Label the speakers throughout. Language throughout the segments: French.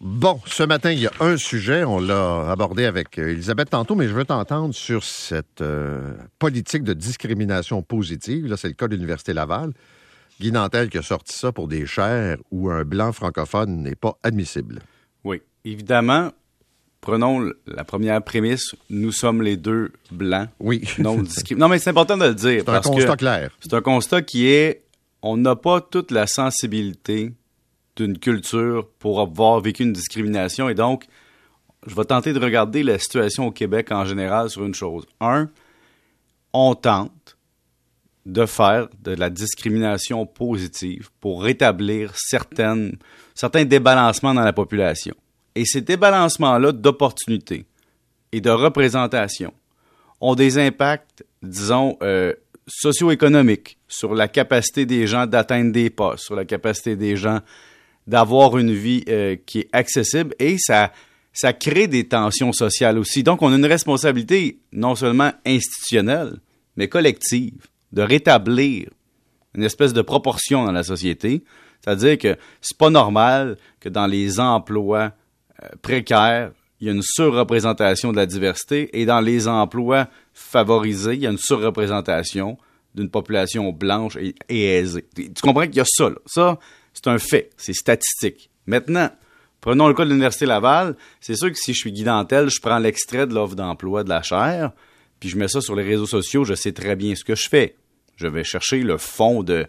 Speaker 1: Bon, ce matin, il y a un sujet, on l'a abordé avec Elisabeth tantôt, mais je veux t'entendre sur cette politique de discrimination positive. Là, c'est le cas de l'Université Laval. Guy Nantel qui a sorti ça pour des chaires où un blanc francophone n'est pas admissible.
Speaker 2: Oui, évidemment, prenons la première prémisse, nous sommes les deux blancs.
Speaker 1: Oui.
Speaker 2: Non, mais c'est important de le dire.
Speaker 1: C'est un constat clair.
Speaker 2: C'est un constat qui est, on n'a pas toute la sensibilité d'une culture pour avoir vécu une discrimination. Et donc, je vais tenter de regarder la situation au Québec en général sur une chose. On tente de faire de la discrimination positive pour rétablir certains débalancements dans la population. Et ces débalancements-là d'opportunités et de représentation ont des impacts, disons, socio-économiques sur la capacité des gens d'atteindre des postes, sur la capacité des gens d'avoir une vie qui est accessible, et ça crée des tensions sociales aussi. Donc, on a une responsabilité non seulement institutionnelle, mais collective, de rétablir une espèce de proportion dans la société. C'est-à-dire que c'est pas normal que dans les emplois précaires, il y a une surreprésentation de la diversité, et dans les emplois favorisés, il y a une surreprésentation d'une population blanche et aisée. Tu comprends qu'il y a ça, là. Ça, c'est un fait, c'est statistique. Maintenant, prenons le cas de l'Université Laval. C'est sûr que si je suis Guy Nantel, je prends l'extrait de l'offre d'emploi de la chaire, puis je mets ça sur les réseaux sociaux, je sais très bien ce que je fais. Je vais chercher le fond de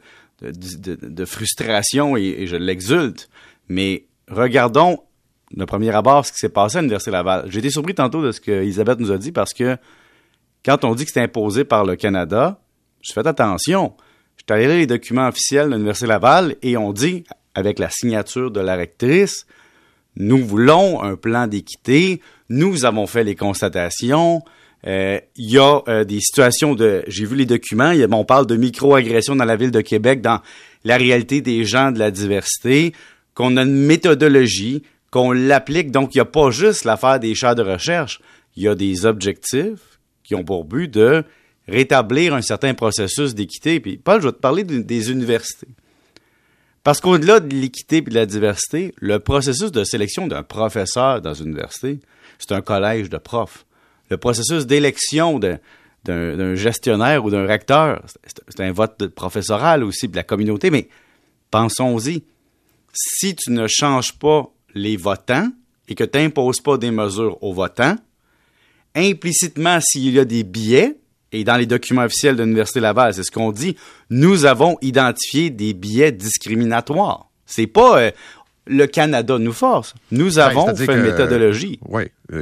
Speaker 2: frustration et je l'exulte. Mais regardons, de premier abord, ce qui s'est passé à l'Université Laval. J'ai été surpris tantôt de ce que Elisabeth nous a dit, parce que quand on dit que c'est imposé par le Canada, je fais attention. Je suis allé lire les documents officiels de l'Université Laval et on dit, avec la signature de la rectrice, nous voulons un plan d'équité, nous avons fait les constatations, il y a des situations j'ai vu les documents, on parle de micro-agressions dans la ville de Québec, dans la réalité des gens de la diversité, qu'on a une méthodologie, qu'on l'applique, donc il n'y a pas juste l'affaire des chaires de recherche, il y a des objectifs qui ont pour but de rétablir un certain processus d'équité. Puis, Paul, je vais te parler des universités. Parce qu'au-delà de l'équité et de la diversité, le processus de sélection d'un professeur dans une université, c'est un collège de profs. Le processus d'élection d'un gestionnaire ou d'un recteur, c'est un vote professoral aussi de la communauté. Mais pensons-y, si tu ne changes pas les votants et que tu n'imposes pas des mesures aux votants, implicitement, s'il y a des biais, et dans les documents officiels de l'Université Laval, c'est ce qu'on dit, nous avons identifié des biais discriminatoires. C'est pas le Canada nous force. Nous avons fait une méthodologie.
Speaker 1: Oui,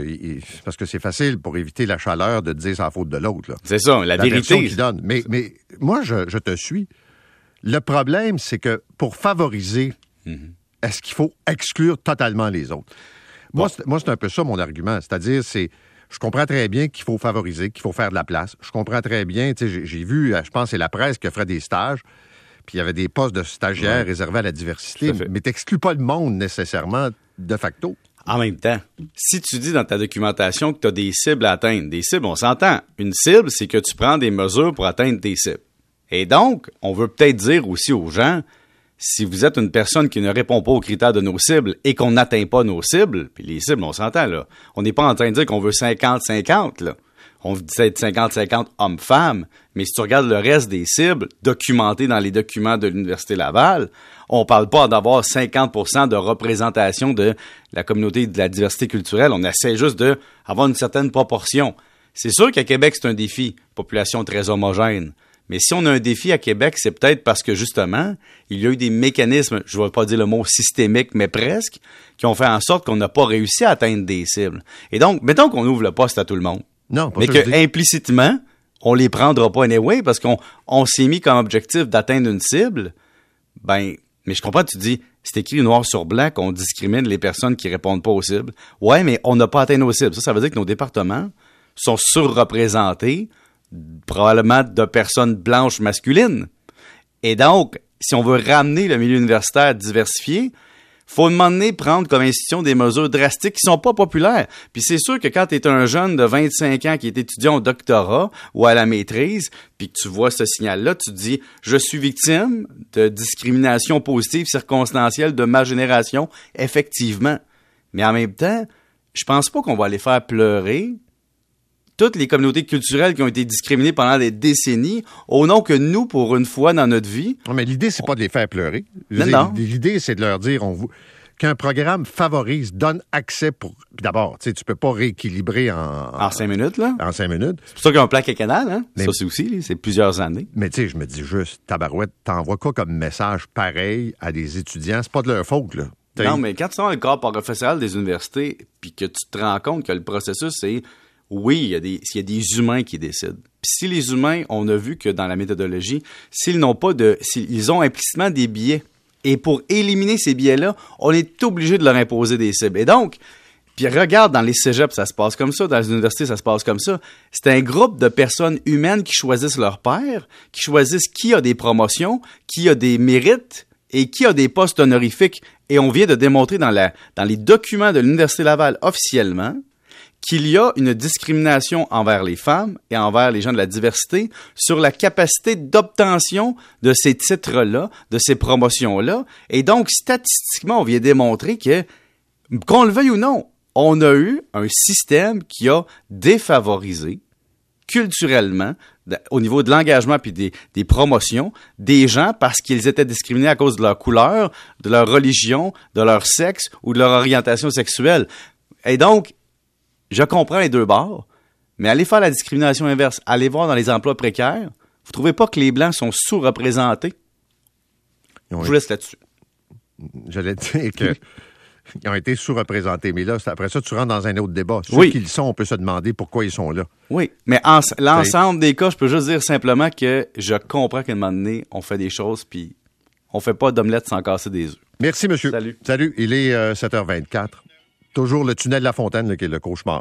Speaker 1: parce que c'est facile pour éviter la chaleur de dire c'est la faute de l'autre. Là.
Speaker 2: C'est ça, la vérité.
Speaker 1: Qui donne. Mais moi, je te suis. Le problème, c'est que pour favoriser, est-ce qu'il faut exclure totalement les autres? Bon. Moi, c'est un peu ça mon argument. C'est-à-dire, je comprends très bien qu'il faut favoriser, qu'il faut faire de la place. Je comprends très bien, tu sais, j'ai vu, je pense, c'est la presse qui ferait des stages, puis il y avait des postes de stagiaires réservés à la diversité, mais t'exclus pas le monde nécessairement de facto.
Speaker 2: En même temps, si tu dis dans ta documentation que tu as des cibles à atteindre, des cibles, on s'entend. Une cible, c'est que tu prends des mesures pour atteindre tes cibles. Et donc, on veut peut-être dire aussi aux gens, si vous êtes une personne qui ne répond pas aux critères de nos cibles et qu'on n'atteint pas nos cibles, puis les cibles, on s'entend, là. On n'est pas en train de dire qu'on veut 50-50, là. On dit 50-50 hommes-femmes, mais si tu regardes le reste des cibles documentées dans les documents de l'Université Laval, on parle pas d'avoir 50% de représentation de la communauté de la diversité culturelle. On essaie juste d'avoir une certaine proportion. C'est sûr qu'à Québec, c'est un défi, population très homogène. Mais si on a un défi à Québec, c'est peut-être parce que, justement, il y a eu des mécanismes, je ne vais pas dire le mot systémique, mais presque, qui ont fait en sorte qu'on n'a pas réussi à atteindre des cibles. Et donc, mettons qu'on ouvre le poste à tout le monde.
Speaker 1: Non, pas
Speaker 2: mais que, implicitement, on les prendra pas anyway, parce qu'on s'est mis comme objectif d'atteindre une cible. Ben, mais je comprends, tu dis, c'est écrit noir sur blanc qu'on discrimine les personnes qui répondent pas aux cibles. Ouais, mais on n'a pas atteint nos cibles. Ça veut dire que nos départements sont surreprésentés, probablement de personnes blanches masculines. Et donc, si on veut ramener le milieu universitaire diversifié, faut demander prendre comme institution des mesures drastiques qui sont pas populaires. Puis c'est sûr que quand tu es un jeune de 25 ans qui est étudiant au doctorat ou à la maîtrise, puis que tu vois ce signal-là, tu te dis « Je suis victime de discrimination positive circonstancielle de ma génération. » Effectivement. Mais en même temps, je pense pas qu'on va les faire pleurer toutes les communautés culturelles qui ont été discriminées pendant des décennies au nom que nous, pour une fois dans notre vie...
Speaker 1: Non, mais l'idée, c'est pas de les faire pleurer.
Speaker 2: Non.
Speaker 1: L'idée, c'est de leur dire qu'un programme favorise, donne accès pour... Puis d'abord, tu sais, tu peux pas rééquilibrer
Speaker 2: en 5 minutes, là.
Speaker 1: En 5 minutes.
Speaker 2: C'est pour ça qu'il y a un plan quinquennal, hein? Mais, ça, c'est aussi, c'est plusieurs années.
Speaker 1: Mais tu sais, je me dis juste, tabarouette, t'envoies quoi comme message pareil à des étudiants? C'est pas de leur faute, là.
Speaker 2: Non, mais quand tu es dans le corps professionnel des universités, puis que tu te rends compte que le processus, c'est... Oui, il y a des humains qui décident. Puis si les humains, on a vu que dans la méthodologie, s'ils ont implicitement des biais, et pour éliminer ces biais-là, on est obligé de leur imposer des cibles. Et donc, puis regarde, dans les cégeps, ça se passe comme ça, dans les universités, ça se passe comme ça. C'est un groupe de personnes humaines qui choisissent leur père, qui choisissent qui a des promotions, qui a des mérites et qui a des postes honorifiques. Et on vient de démontrer dans les documents de l'Université Laval officiellement qu'il y a une discrimination envers les femmes et envers les gens de la diversité sur la capacité d'obtention de ces titres-là, de ces promotions-là. Et donc, statistiquement, on vient démontrer que, qu'on le veuille ou non, on a eu un système qui a défavorisé culturellement, au niveau de l'engagement puis des promotions, des gens parce qu'ils étaient discriminés à cause de leur couleur, de leur religion, de leur sexe ou de leur orientation sexuelle. Et donc, je comprends les deux bords, mais allez faire la discrimination inverse. Allez voir dans les emplois précaires. Vous trouvez pas que les Blancs sont sous-représentés? Je vous laisse là-dessus.
Speaker 1: J'allais dire qu'ils ont été sous-représentés, mais là, après ça, tu rentres dans un autre débat. Ceux qui le sont, on peut se demander pourquoi ils sont là.
Speaker 2: Oui, mais l'ensemble des cas, je peux juste dire simplement que je comprends qu'à un moment donné, on fait des choses, puis on fait pas d'omelette sans casser des œufs.
Speaker 1: Merci, monsieur.
Speaker 2: Salut.
Speaker 1: Salut. Il est 7h24. Toujours le tunnel de la Fontaine qui est le cauchemar.